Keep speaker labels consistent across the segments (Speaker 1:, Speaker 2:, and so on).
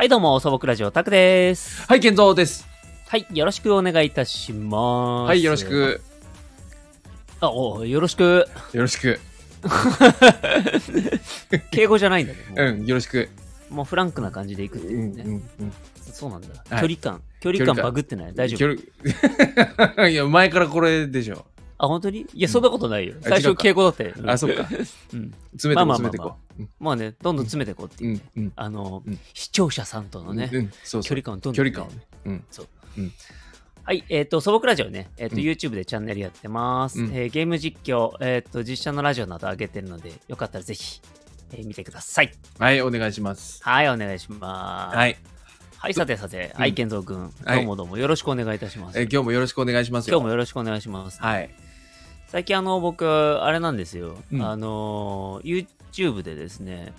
Speaker 1: はい、どうも、素朴ラジオタクです。
Speaker 2: はい、健三です。
Speaker 1: はい、よろしくお願いいたします。
Speaker 2: はい、よろしく。
Speaker 1: よろしく。
Speaker 2: よろしく。
Speaker 1: 敬語じゃないんだけど、
Speaker 2: うん、よろしく。
Speaker 1: もうフランクな感じでいくっていうね。そうなんだ。距離感バグってない？大丈
Speaker 2: 夫？いや、前からこれでしょ。
Speaker 1: あ、本当に？いや、そんなことないよ。最初敬語だったよ。
Speaker 2: あ、そっか。詰めてこ
Speaker 1: う。まあね、どんどん詰めてこうっていうね。視聴者さんとのね、距離感をどんどん。
Speaker 2: 距離感をね。
Speaker 1: そう。はい、素朴ラジオね、YouTube でチャンネルやってます。ゲーム実況、実写のラジオなど上げてるので、よかったらぜひ、見てください。
Speaker 2: はい、お願いします。
Speaker 1: はい、お願いします。はい。はい、さて、愛健三くん、どうもよろしくお願いいたします。
Speaker 2: 今日もよろしくお願いします
Speaker 1: よ。今日もよろしくお願いします。
Speaker 2: はい。
Speaker 1: 最近僕、あれなんですよ。YouTube でですね、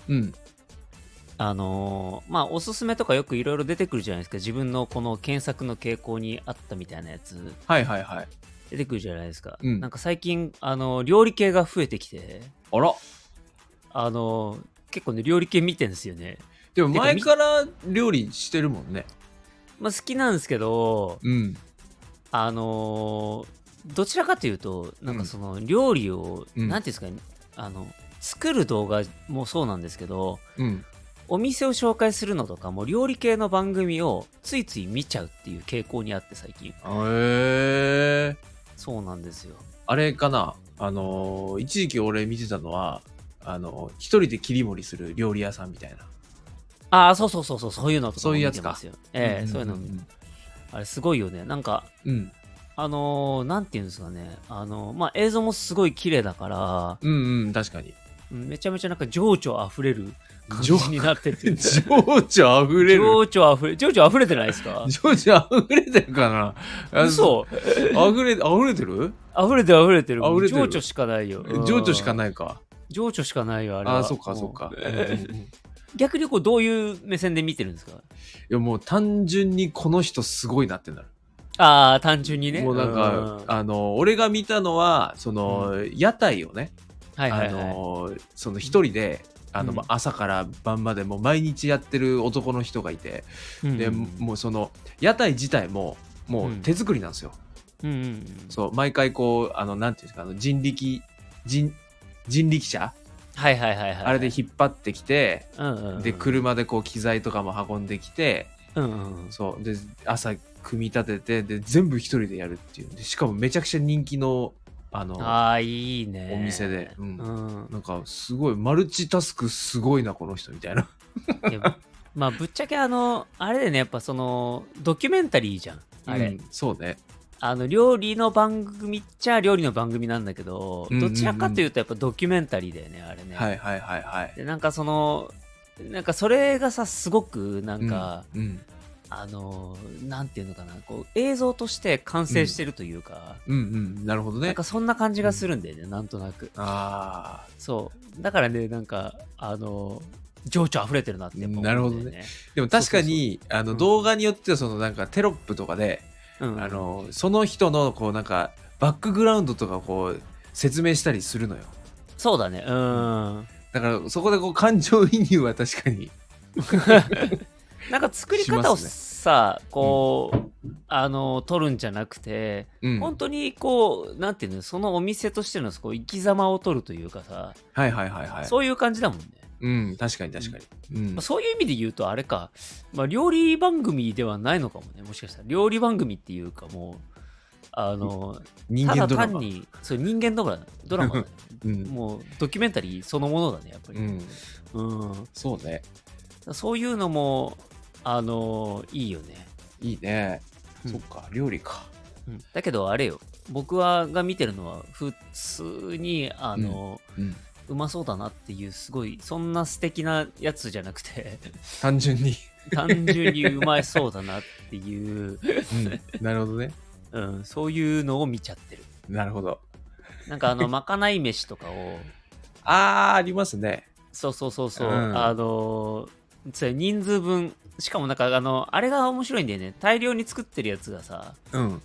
Speaker 1: おすすめとかよくいろいろ出てくるじゃないですか。自分のこの検索の傾向にあったみたいなやつ。
Speaker 2: はいはいはい。
Speaker 1: 出てくるじゃないですか。なんか最近、料理系が増えてきて。
Speaker 2: あら。
Speaker 1: 結構ね、料理系見てんですよね。
Speaker 2: でも前から料理してるもんね。
Speaker 1: まあ好きなんですけど、どちらかというと、なんかその料理を、なんていうんですかね、作る動画もそうなんですけど、お店を紹介するのとかも料理系の番組をついつい見ちゃうっていう傾向にあって最近。そうなんですよ。
Speaker 2: あれかな、一時期俺見てたのは一人で切り盛りする料理屋さんみたいな。
Speaker 1: ああ、そうそういうのとか
Speaker 2: も見てますよ。
Speaker 1: そういうの。あれすごいよね。なんか、なんていうんですかね。映像もすごい綺麗だから。
Speaker 2: 確かに。
Speaker 1: めちゃめちゃなんか情緒あふれる感じになってて。
Speaker 2: 情緒あふれる。
Speaker 1: 情緒あふれてないですか？
Speaker 2: 情緒あふれてるかな？
Speaker 1: 嘘？
Speaker 2: あふれてる？
Speaker 1: あふれてる。情緒しかないよ。
Speaker 2: 情緒しかないか。
Speaker 1: 情緒しかないよ、あれは。
Speaker 2: あ、そっか。
Speaker 1: 逆にどういう目線で見てるんですか？
Speaker 2: いや、もう単純にこの人すごいなってなる。
Speaker 1: ああ、単純にね。
Speaker 2: もうなんか、俺が見たのは、その、屋台をね、その一人で、朝から晩までもう毎日やってる男の人がいて、で、もうその、屋台自体も、もう手作りなんですよ。そう、毎回こう、なんていうんですか、人力車あれで引っ張ってきて、で、車でこう機材とかも運んできて、そうで朝組み立てて、で全部一人でやるっていうで、しかもめちゃくちゃ人気の
Speaker 1: いいね
Speaker 2: お店で、なんかすごいマルチタスクすごいなこの人みたいな。
Speaker 1: いや、まあぶっちゃけあれでね、やっぱそのドキュメンタリーじゃんあれ、
Speaker 2: そうね。
Speaker 1: 料理の番組っちゃ料理の番組なんだけど、どちらかというとやっぱドキュメンタリーだよね、あれね。でなんかそのなんかそれがさ、すごくなんか、なんていうのかな、こう映像として完成してるというか、
Speaker 2: なるほどね。
Speaker 1: なんかそんな感じがするんだよね、なんとなく。そうだからね、なんか情緒あふれてるなってやっぱ思うんだよね。
Speaker 2: なるほどね。でも確かに動画によってはそのなんかテロップとかで、その人のこうなんかバックグラウンドとかこう説明したりするのよ。
Speaker 1: そうだね。
Speaker 2: だからそこでこう感情移入は確かに
Speaker 1: なんか作り方をさ、こう、撮るんじゃなくて、本当にこう、なんていうの、そのお店としてのこう生き様を撮るというかさ、そういう感じだもんね。
Speaker 2: 確かに。
Speaker 1: そういう意味で言うとあれか、料理番組ではないのかもね。もしかしたら料理番組っていうか、もう
Speaker 2: 人間ドラマ、
Speaker 1: ただ単にそう人間ドラマだね。もうドキュメンタリーそのものだね、やっぱり。
Speaker 2: そうね。
Speaker 1: そういうのもいいよね。
Speaker 2: いいね。そっか、料理か。
Speaker 1: だけどあれよ、僕が見てるのは普通にうまそうだなっていう、すごいそんな素敵なやつじゃなくて
Speaker 2: 単純に
Speaker 1: うまいそうだなっていう
Speaker 2: なるほどね。
Speaker 1: そういうのを見ちゃってる。
Speaker 2: なるほど。
Speaker 1: なんかまかない飯とかを
Speaker 2: ありますね。
Speaker 1: そう、人数分、しかもなんかあれが面白いんだよね。大量に作ってるやつがさ、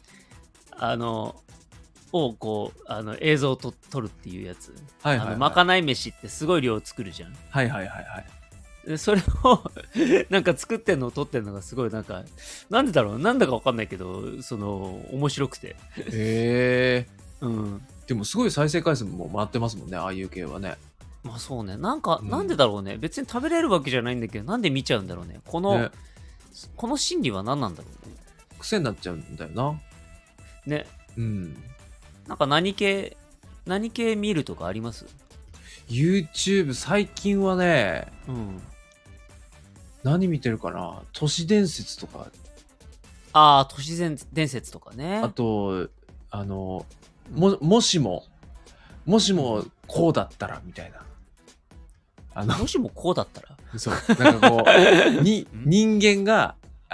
Speaker 1: をこう映像と撮るっていうやつ。まかない飯ってすごい量作るじゃん。 それをなんか作ってんのを撮ってんのがすごいなんか、なんでだろう、なんだかわかんないけど、面白くて。
Speaker 2: へえ。
Speaker 1: うん。
Speaker 2: でもすごい再生回数も回ってますもんね、ああいう系はね。
Speaker 1: まあそうね。なんか、なんでだろうね。別に食べれるわけじゃないんだけど、なんで見ちゃうんだろうね。この心理は何なんだろうね。
Speaker 2: 癖になっちゃうんだよな。
Speaker 1: ね。
Speaker 2: うん。
Speaker 1: なんか何系見るとかあります？
Speaker 2: YouTube 最近はね、
Speaker 1: うん。
Speaker 2: 何見てるかな、都市伝説とか、
Speaker 1: ああ、都市伝説とかね。
Speaker 2: あと、もしもこうだったらみたいな。
Speaker 1: もしもこうだったら
Speaker 2: そう。なんかこう、人間が、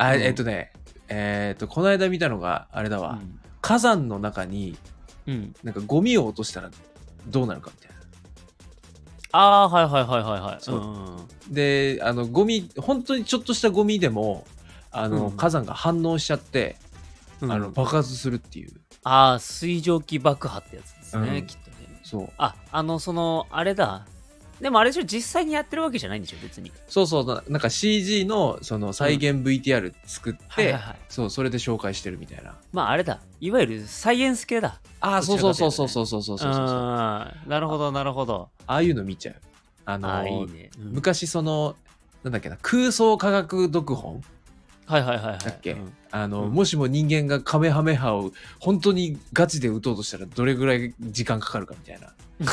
Speaker 2: この間見たのが、あれだわ、火山の中に、なんかゴミを落としたらどうなるかみたいな。
Speaker 1: ああ、はいはいはいはいはい。
Speaker 2: そう。で、ゴミ、本当にちょっとしたゴミでも、火山が反応しちゃって、爆発するっていう。
Speaker 1: ああ、水蒸気爆破ってやつですね、きっとね。
Speaker 2: そう。
Speaker 1: あれだ。でもあれでしょ、実際にやってるわけじゃないんでしょ、別に。
Speaker 2: そうそう、なんか CG のその再現 VTR 作って、そう、それで紹介してるみたいな。
Speaker 1: まああれだ、いわゆるサイエンス系だ。
Speaker 2: ああ、そうそうそうそうそうそうそうそう。
Speaker 1: なるほど、なるほど。
Speaker 2: ああいうの見ちゃう。
Speaker 1: いいね。
Speaker 2: 昔なんだっけな、空想科学読本
Speaker 1: はいはいはいはい。
Speaker 2: だっけ、もしも人間がカメハメハを本当にガチで撃とうとしたらどれぐらい時間かかるかみたいな。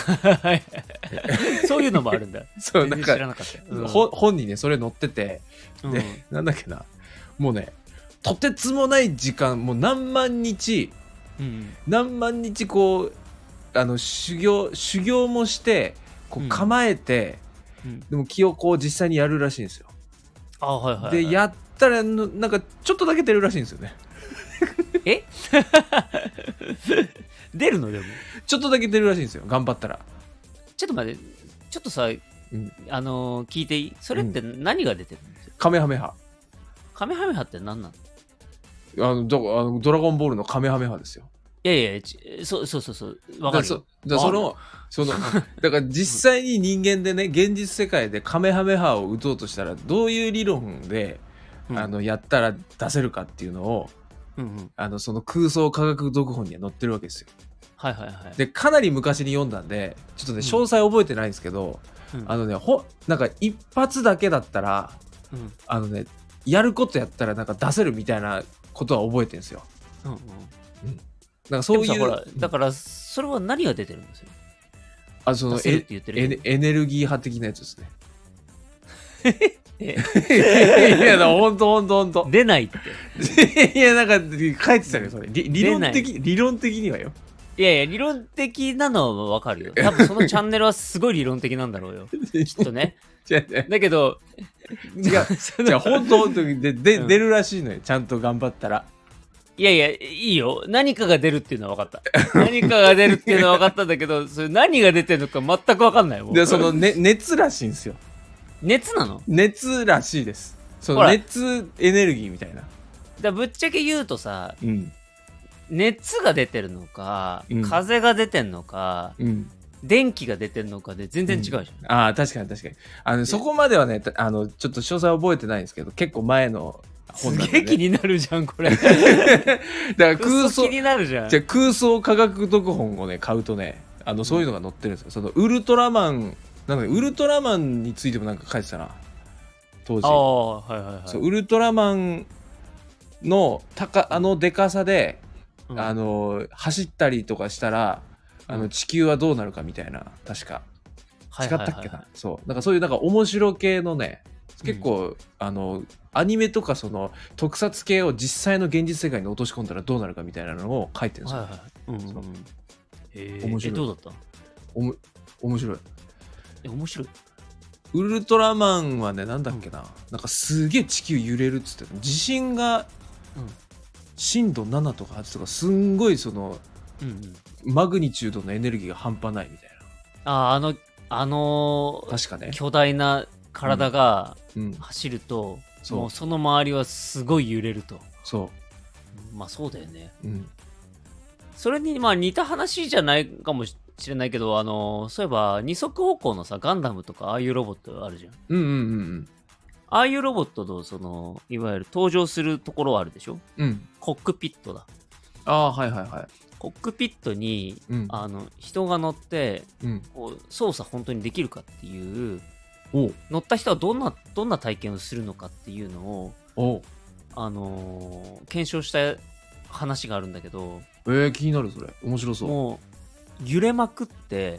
Speaker 1: そういうのもあるんだ。
Speaker 2: そう、なんか
Speaker 1: 知らなかった。
Speaker 2: 本にね、それ載ってて、で、なんだっけな、もうね、とてつもない時間、もう何万日こう、修行もして、こう構えて、でも気をこう実際にやるらしいんですよ。
Speaker 1: あ、はいはい。
Speaker 2: で、やったらなんかちょっとだけ出るらしいんですよね。
Speaker 1: え出るの？でも
Speaker 2: ちょっとだけ出るらしいんですよ、頑張ったら。
Speaker 1: ちょっと待って、ちょっとさ、聞いていい？それって何が出てるんですよ？
Speaker 2: カメハメハ。
Speaker 1: カメハメハって何なの？
Speaker 2: ドラゴンボールのカメハメハですよ。
Speaker 1: いやいや、そう、わかるよ。
Speaker 2: だから実際に人間でね、現実世界でカメハメハを打とうとしたら、どういう理論で、やったら出せるかっていうのを、その空想科学読本には載ってるわけですよ。
Speaker 1: はいはいはい。
Speaker 2: で、かなり昔に読んだんで、ちょっとね、詳細覚えてないんですけど、なんか一発だけだったら、やることやったらなんか出せるみたいなことは覚えてるんですよ。なんかそういう。
Speaker 1: だからそれは何が出てるんですよ？
Speaker 2: エネルギー派的なやつですね。いや、ほんと。
Speaker 1: 出ないって。
Speaker 2: いや、なんか書いてたね、それ。理論的にはよ。
Speaker 1: いやいや、理論的なのはわかるよ。多分そのチャンネルはすごい理論的なんだろうよ。きっとね。だけど、
Speaker 2: 違う、本当に出るらしいのよ、ちゃんと頑張ったら。
Speaker 1: いやいや、いいよ。何かが出るっていうのは分かった。何かが出るっていうのは分かったんだけど、それ何が出てるのか全く分かんないもん。
Speaker 2: で、熱らしいんですよ。
Speaker 1: 熱なの？
Speaker 2: 熱らしいです。熱エネルギーみたいな。
Speaker 1: ぶっちゃけ言うとさ、熱が出てるのか、風が出てんのか、電気が出てんのかで全然違うじゃん。
Speaker 2: ああ、確かに。そこまではね、ちょっと詳細覚えてないんですけど、結構前の
Speaker 1: 本なんで、ね。すげえ気になるじゃん、これ。だから気になるじゃん。
Speaker 2: じゃ空想科学読本をね、買うとね、そういうのが載ってるんですよ。そのウルトラマンについてもなんか書いてたな、当時。
Speaker 1: はいはいはい。
Speaker 2: そう、ウルトラマンのでかさで、走ったりとかしたら、地球はどうなるかみたいな、確か。違ったっけな。そう。なんかそういうなんか面白系のね、結構、アニメとかその特撮系を実際の現実世界に落とし込んだらどうなるかみたいなのを書いてるんですよ。
Speaker 1: 面白い。どうだった？
Speaker 2: 面白い。
Speaker 1: 面白い。
Speaker 2: ウルトラマンはね、なんだっけな、なんかすげえ地球揺れるっつって、地震が震度7とか8とかすんごいマグニチュードのエネルギーが半端ないみたいな。確かね、
Speaker 1: 巨大な体が走ると、もうその周りはすごい揺れると。
Speaker 2: そう。
Speaker 1: まあそうだよね。それにまあ似た話じゃないかもししれないけど、そういえば二足歩行のさ、ガンダムとかああいうロボットあるじゃん。
Speaker 2: うんうんうんうん。
Speaker 1: ああいうロボットの、いわゆる登場するところあるでしょ。
Speaker 2: うん。
Speaker 1: コックピットだ。
Speaker 2: ああ、はいはいはい。
Speaker 1: コックピットに、
Speaker 2: うん。
Speaker 1: 人が乗って、
Speaker 2: うん。
Speaker 1: こう操作本当にできるかっていう、
Speaker 2: お
Speaker 1: 乗った人はどんな体験をするのかっていうのを、
Speaker 2: お
Speaker 1: 検証した話があるんだけど、
Speaker 2: 気になるそれ。面白そう。
Speaker 1: もう、揺れまくって、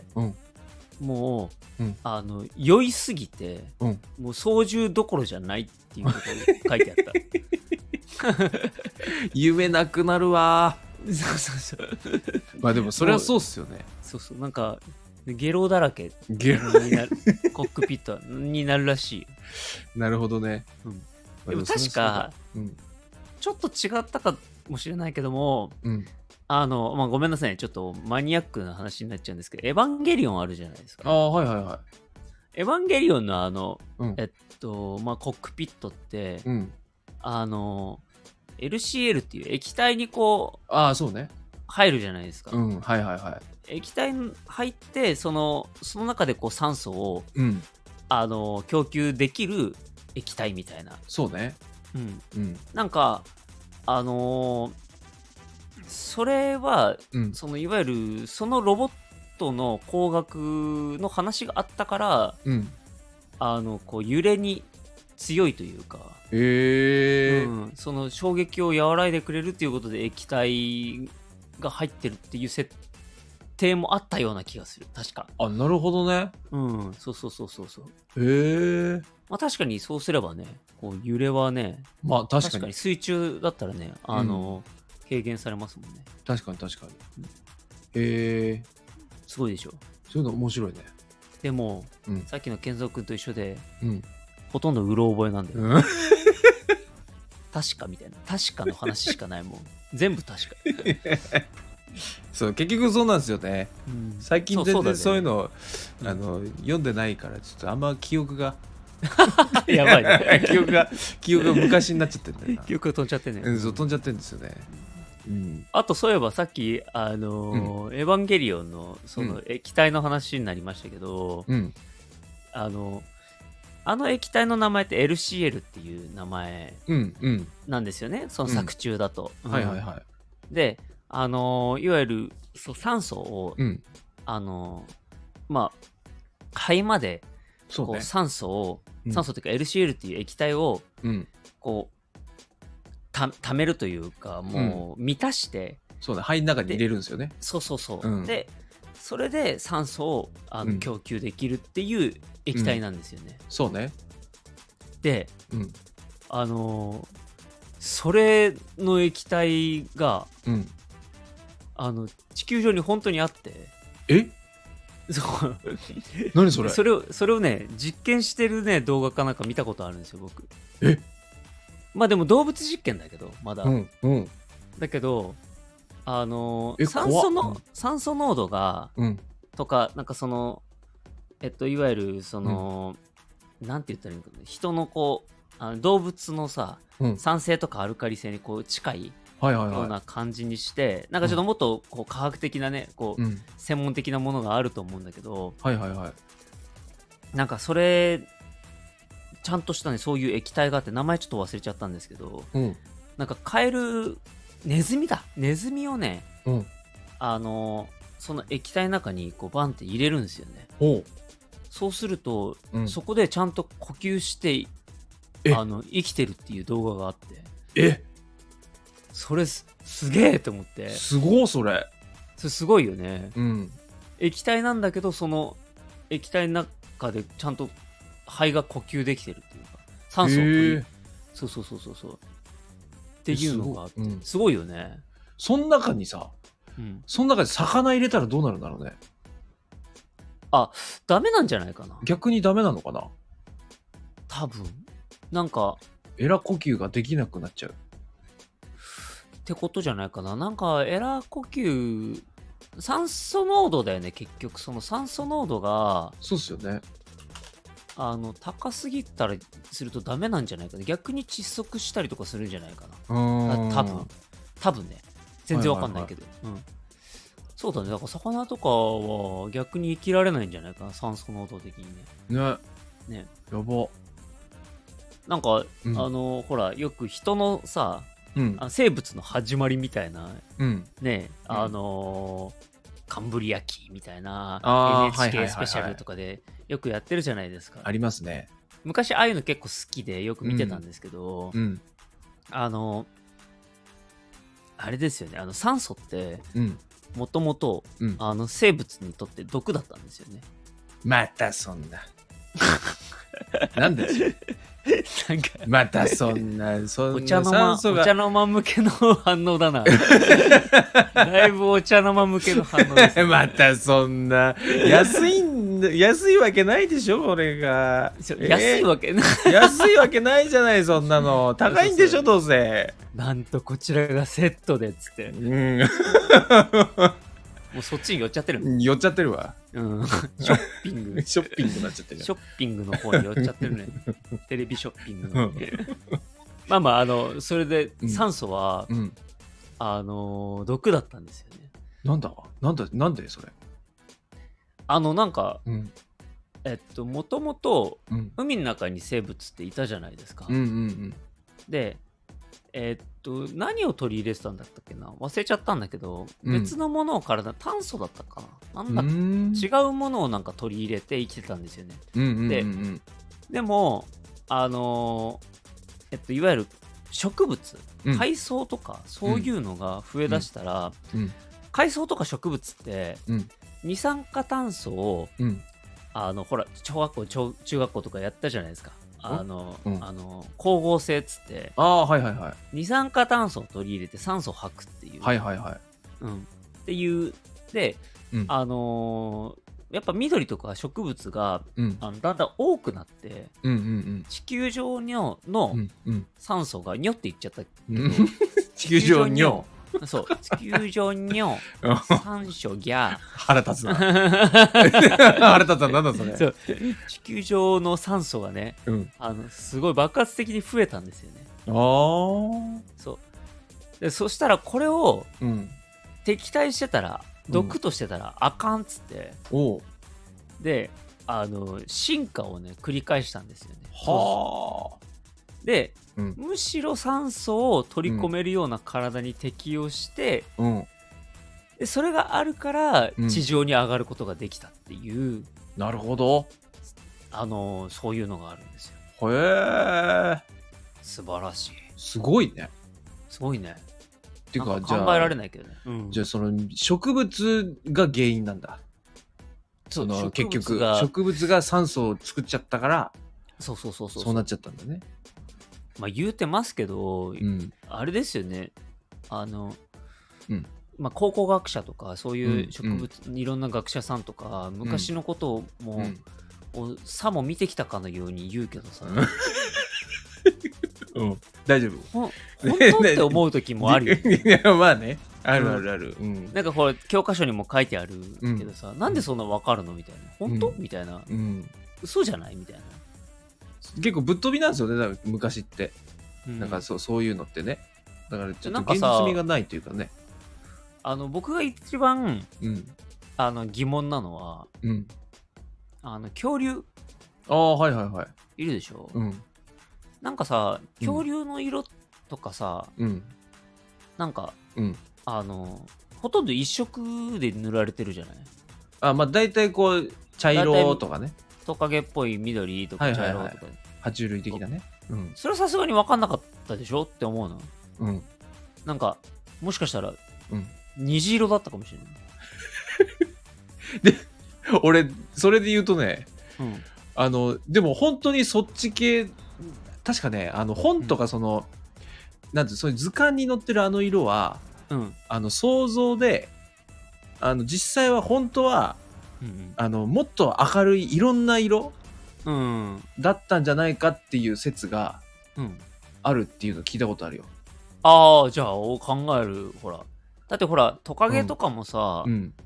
Speaker 2: うん。
Speaker 1: もう、
Speaker 2: うん、
Speaker 1: 酔いすぎて、
Speaker 2: うん、
Speaker 1: もう操縦どころじゃないっていうことが書いてあった。
Speaker 2: 夢なくなるわ。
Speaker 1: そうそうそう。
Speaker 2: まあでもそれはそうっすよね。
Speaker 1: そうそう、なんか、ゲロだらけ
Speaker 2: ゲロ
Speaker 1: になる、コックピットになるらしいよ。
Speaker 2: なるほどね。
Speaker 1: うん、でも確か、
Speaker 2: うん、
Speaker 1: ちょっと違ったかもしれないけども、
Speaker 2: うん、
Speaker 1: まあ、ごめんなさいね、ちょっとマニアックな話になっちゃうんですけど、エヴァンゲリオンあるじゃないですか。
Speaker 2: ああ、はいはいはい。
Speaker 1: エヴァンゲリオンの
Speaker 2: うん、
Speaker 1: まあ、コックピットって、
Speaker 2: うん、
Speaker 1: LCL っていう液体にこう、
Speaker 2: ああ、そうね。
Speaker 1: 入るじゃないですか。
Speaker 2: うん、はいはいはい。
Speaker 1: 液体に入って、その中でこう酸素を、
Speaker 2: うん、
Speaker 1: 供給できる液体みたいな。
Speaker 2: そうね。
Speaker 1: うん。
Speaker 2: うん、
Speaker 1: なんか、それは、
Speaker 2: うん、
Speaker 1: いわゆるそのロボットの工学の話があったから、
Speaker 2: うん、
Speaker 1: こう揺れに強いというか、その衝撃を和らいでくれるっていうことで液体が入ってるっていう設定もあったような気がする、確か。
Speaker 2: あ、なるほどね。
Speaker 1: うん、そうそうそうそうそう。まあ確かにそうすればね、こう揺れはね、
Speaker 2: まあ確かに。
Speaker 1: 確かに水中だったらね、軽減されますもんね。
Speaker 2: 確かに確かに。
Speaker 1: すごいでしょ。
Speaker 2: そういうの面白いね。
Speaker 1: でも、
Speaker 2: うん、
Speaker 1: さっきの健三君と一緒で、
Speaker 2: うん、
Speaker 1: ほとんどうろ覚えなんだよ。
Speaker 2: うん、
Speaker 1: 確かみたいな。確かの話しかないもん。全部確か。
Speaker 2: そう結局そうなんですよね。うん、最近全然そういうの、読んでないからちょっとあんま記憶が
Speaker 1: やばいね。
Speaker 2: 記憶が昔になっちゃってんだよな。
Speaker 1: 記憶が飛んじゃってね。
Speaker 2: そう飛んじゃってんですよね。
Speaker 1: うん、あとそういえばさっきエヴァンゲリオンのその液体の話になりましたけど、
Speaker 2: うん、
Speaker 1: あの液体の名前って LCL っていう名前なんですよね、その作中だと。
Speaker 2: はいはいはい。
Speaker 1: でいわゆる酸素を、まあ肺までこう酸素というか LCL っていう液体をこうためるというか、もう満たして、
Speaker 2: そうだ、肺の中に入れるんですよね。
Speaker 1: そうそうそう、でそれで酸素を供給できるっていう液体なんですよね。
Speaker 2: そうね。
Speaker 1: で、それの液体が、地球上に本当にあって、そう
Speaker 2: 何それ？
Speaker 1: それをね、実験してるね動画かなんか見たことあるんですよ、僕。まあでも動物実験だけど、まだ。だけど、酸素濃度が、とか、なんかいわゆるなんて言ったらいいのかな、人のこう、動物のさ、酸性とかアルカリ性にこう近いような感じにして、なんかちょっともっとこう科学的なね、こう、専門的なものがあると思うんだけど、なんかそれ、ちゃんとしたね、そういう液体があって、名前ちょっと忘れちゃったんですけど、なんかネズミをね、その液体の中にこうバンって入れるんですよね。そうすると、そこでちゃんと呼吸して生きてるっていう動画があって、それすげえと思って。
Speaker 2: すごいそれ
Speaker 1: すごいよね。液体なんだけど、その液体の中でちゃんと肺が呼吸できてるっていうか、酸素を取り、そうっていうのがあって、すごいよね。
Speaker 2: その中にさ、その中に魚入れたらどうなるんだろうね。
Speaker 1: ダメなんじゃないかな。
Speaker 2: 逆にダメなのかな。
Speaker 1: 多分なんか
Speaker 2: エラ呼吸ができなくなっちゃう
Speaker 1: ってことじゃないかな。なんかエラ呼吸、酸素濃度だよね、結局。その酸素濃度が
Speaker 2: そうっすよね。
Speaker 1: 高すぎたらするとダメなんじゃないかな。逆に窒息したりとかするんじゃないかな。多分ね、全然わかんないけど、 そうだね。だから魚とかは逆に生きられないんじゃないかな、酸素濃度的にね。
Speaker 2: ね。やば。
Speaker 1: なんか、ほら、よく人のさ、生物の始まりみたいな、ね、カンブリア紀みたいな NHK スペシャルとかでよくやってるじゃないですか。
Speaker 2: ありますね。
Speaker 1: 昔ああいうの結構好きでよく見てたんですけど、あれですよね、酸素ってもともと生物にとって毒だったんですよね。
Speaker 2: またそんななんでなんかまたそんな
Speaker 1: お茶の間向けの反応だなだいぶお茶の間向けの反応です、ね、
Speaker 2: またそんな安いわけないでしょこれが、
Speaker 1: 安いわけない
Speaker 2: 安いわけないじゃないそんなの高いんでしょどうせ。
Speaker 1: なんとこちらがセットでっつって、もうそっちに寄っちゃってる。
Speaker 2: 寄っちゃってるわ。
Speaker 1: ショッピング。
Speaker 2: ショッピングになっちゃってる。
Speaker 1: ショッピングの方に寄っちゃってるね。テレビショッピングの方に。まあそれで酸素は、毒だったんですよね。
Speaker 2: なんでそれ。
Speaker 1: なんか、もともと海の中に生物っていたじゃないですか。で、何を取り入れてたんだったっけな、忘れちゃったんだけど、別のものを炭素だったかな、なんだ違うものをなんか取り入れて生きてたんですよね。でもいわゆる植物、海藻とかそういうのが増えだしたら、海藻とか植物って、二酸化炭素を、ほら小学校中学校とかやったじゃないですか。光合成っつって、二酸化炭素を取り入れて酸素を吐くっていう、っていうで、やっぱ緑とか植物が、だんだん多くなって、地球上の酸素がにょっていっちゃったけど、
Speaker 2: 地球上にょ
Speaker 1: そう地球上の酸素が
Speaker 2: 腹立つな腹立つな、なんだそれ。
Speaker 1: そう地球上の酸素がね、すごい爆発的に増えたんですよね。でそしたらこれを敵対してたら、毒としてたらあかんっつって、で進化をね繰り返したんですよね。で、むしろ酸素を取り込めるような体に適応して、でそれがあるから地上に上がることができたっていう、
Speaker 2: なるほど、
Speaker 1: そういうのがあるんです
Speaker 2: よ。へえ、
Speaker 1: 素晴らしい。
Speaker 2: すごいね。
Speaker 1: すごいね。
Speaker 2: っていうか、
Speaker 1: じゃあ考えられないけどね。
Speaker 2: じゃあその植物が原因なんだ。その結局植物が酸素を作っちゃったから、そうなっちゃったんだね。
Speaker 1: まあ言うてますけど、あれですよね。まあ考古学者とかそういう植物、いろんな学者さんとか昔のことをもう、さも見てきたかのように言うけどさ。
Speaker 2: 大丈夫。
Speaker 1: 本当って思う時もあるよね。
Speaker 2: いやまあね、あるあるある。
Speaker 1: なんかこれ教科書にも書いてあるけどさ、なんでそんな分かるのみたいな。本当みたいな。嘘じゃないみたいな。
Speaker 2: 結構ぶっ飛びなんですよね、だから昔って。なんかそういうのってね。だからちょっと現実味がないというかね。
Speaker 1: 僕が一番、疑問なのは、恐竜。いるでしょ。なんかさ、恐竜の色とかさ、なんか、ほとんど一色で塗られてるじゃない。
Speaker 2: まあ大体こう茶色とかね、
Speaker 1: トカゲっぽい緑とか茶色とか、
Speaker 2: 爬虫類的なね。
Speaker 1: それはさすがに分かんなかったでしょって思うの。なんかもしかしたら、虹色だったかもしれ
Speaker 2: ない。で、俺それで言うとね、でも本当にそっち系、確かね、本とかなんてそういう図鑑に載ってる色は、想像で、実際は本当は、もっと明るいいろんな色、だったんじゃないかっていう説があるっていうのを聞いたことあるよ。
Speaker 1: じゃあ考える。ほらだってほらトカゲとかもさ、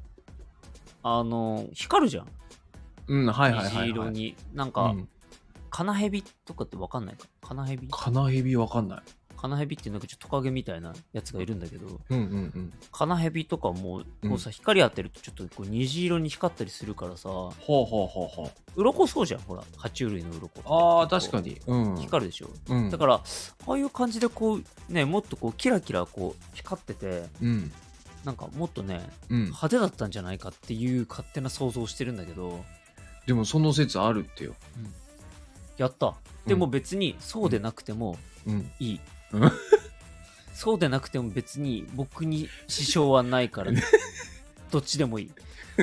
Speaker 1: 光るじゃん。虹色になんか、カナヘビとかって分かんないか。カナヘビ
Speaker 2: 分かんない。
Speaker 1: カナヘビってなんかちょっとトカゲみたいなやつがいるんだけど、
Speaker 2: うんうんうん。
Speaker 1: カナヘビとかもこうさ、光当てるとちょっとこう虹色に光ったりするからさ、
Speaker 2: ほうほうほうほう。
Speaker 1: 鱗そうじゃん、ほら、爬虫類の鱗って。
Speaker 2: ああ、確かに。うん。
Speaker 1: 光るでしょ。
Speaker 2: うん。
Speaker 1: だから、ああいう感じでこう、ね、もっとこう、キラキラこう、光ってて、
Speaker 2: うん。
Speaker 1: なんかもっとね、
Speaker 2: うん。
Speaker 1: 派手だったんじゃないかっていう勝手な想像をしてるんだけど、
Speaker 2: でもその説あるってよ。
Speaker 1: やった。でも別にそうでなくてもいい。
Speaker 2: うん。
Speaker 1: そうでなくても別に僕に支障はないから、どっちでもいい。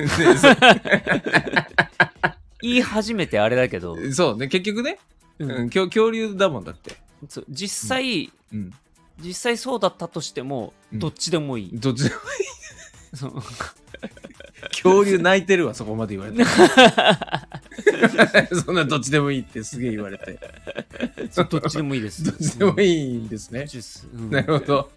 Speaker 1: 言い始めてあれだけど、
Speaker 2: そうね、結局ね、恐竜だもんだって。
Speaker 1: そう実際、実際そうだったとしても、どっちでもいい。
Speaker 2: どっちでもいい。恐竜泣いてるわ、そこまで言われて。そんなどっちでもいいってすげえ言われて。
Speaker 1: どっちでもいいです。
Speaker 2: どっちでもいいんですね。なるほど。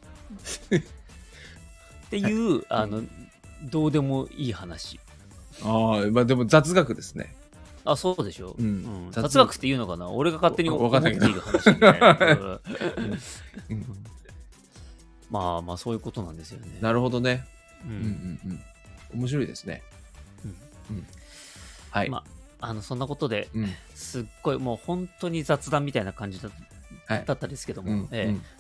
Speaker 1: っていう、どうでもいい話。
Speaker 2: ああ、まあでも雑学ですね。
Speaker 1: あ、そうでしょ。雑学っていうのかな、俺が勝手に思っている話みたいな。まあまあ、そういうことなんですよね。
Speaker 2: なるほどね。面白いですね。はい。
Speaker 1: まあ、そんなことで、すっごいもう本当に雑談みたいな感じだったですけども、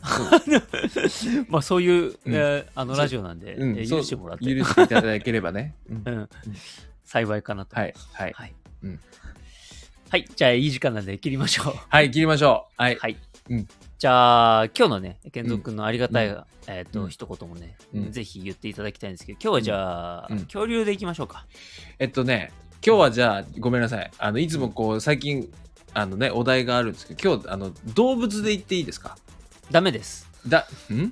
Speaker 1: まあそういうラジオなんで、許してもらって。
Speaker 2: 許していただければね。
Speaker 1: 幸いかなと。
Speaker 2: はい。
Speaker 1: はい。じゃあ、いい時間なんで切りましょう。
Speaker 2: はい、切りましょう。はい。
Speaker 1: じゃあ、今日のね、健三君のありがたい、一言もね、ぜひ言っていただきたいんですけど、今日はじゃあ、恐竜でいきましょうか。
Speaker 2: 今日はじゃあ、ごめんなさい。いつもこう、最近、お題があるんですけど、今日、動物で言っていいですか？
Speaker 1: ダメです。
Speaker 2: ダメ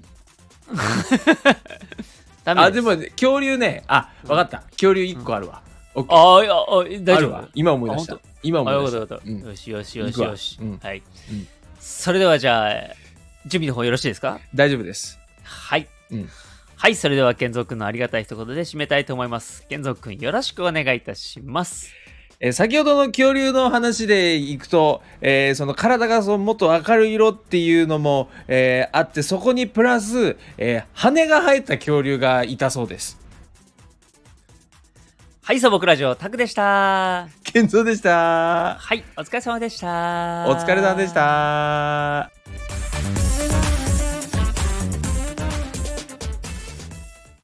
Speaker 2: です。でも、恐竜ね、わかった。恐竜1個あるわ。
Speaker 1: 大丈夫。
Speaker 2: 今思い出した。よ
Speaker 1: し。はい。それではじゃあ、準備の方よろしいですか？
Speaker 2: 大丈夫です。
Speaker 1: はい。はい、それでは健三君のありがたい一言で締めたいと思います。健三君よろしくお願いいたします。
Speaker 2: 先ほどの恐竜の話でいくと、その体がもっと明るい色っていうのも、あって、そこにプラス、羽が生えた恐竜がいたそうです。
Speaker 1: はい、素朴ラジオタクでした。
Speaker 2: 健三でした。
Speaker 1: はい、お疲れ様でした。
Speaker 2: お疲れ様でした。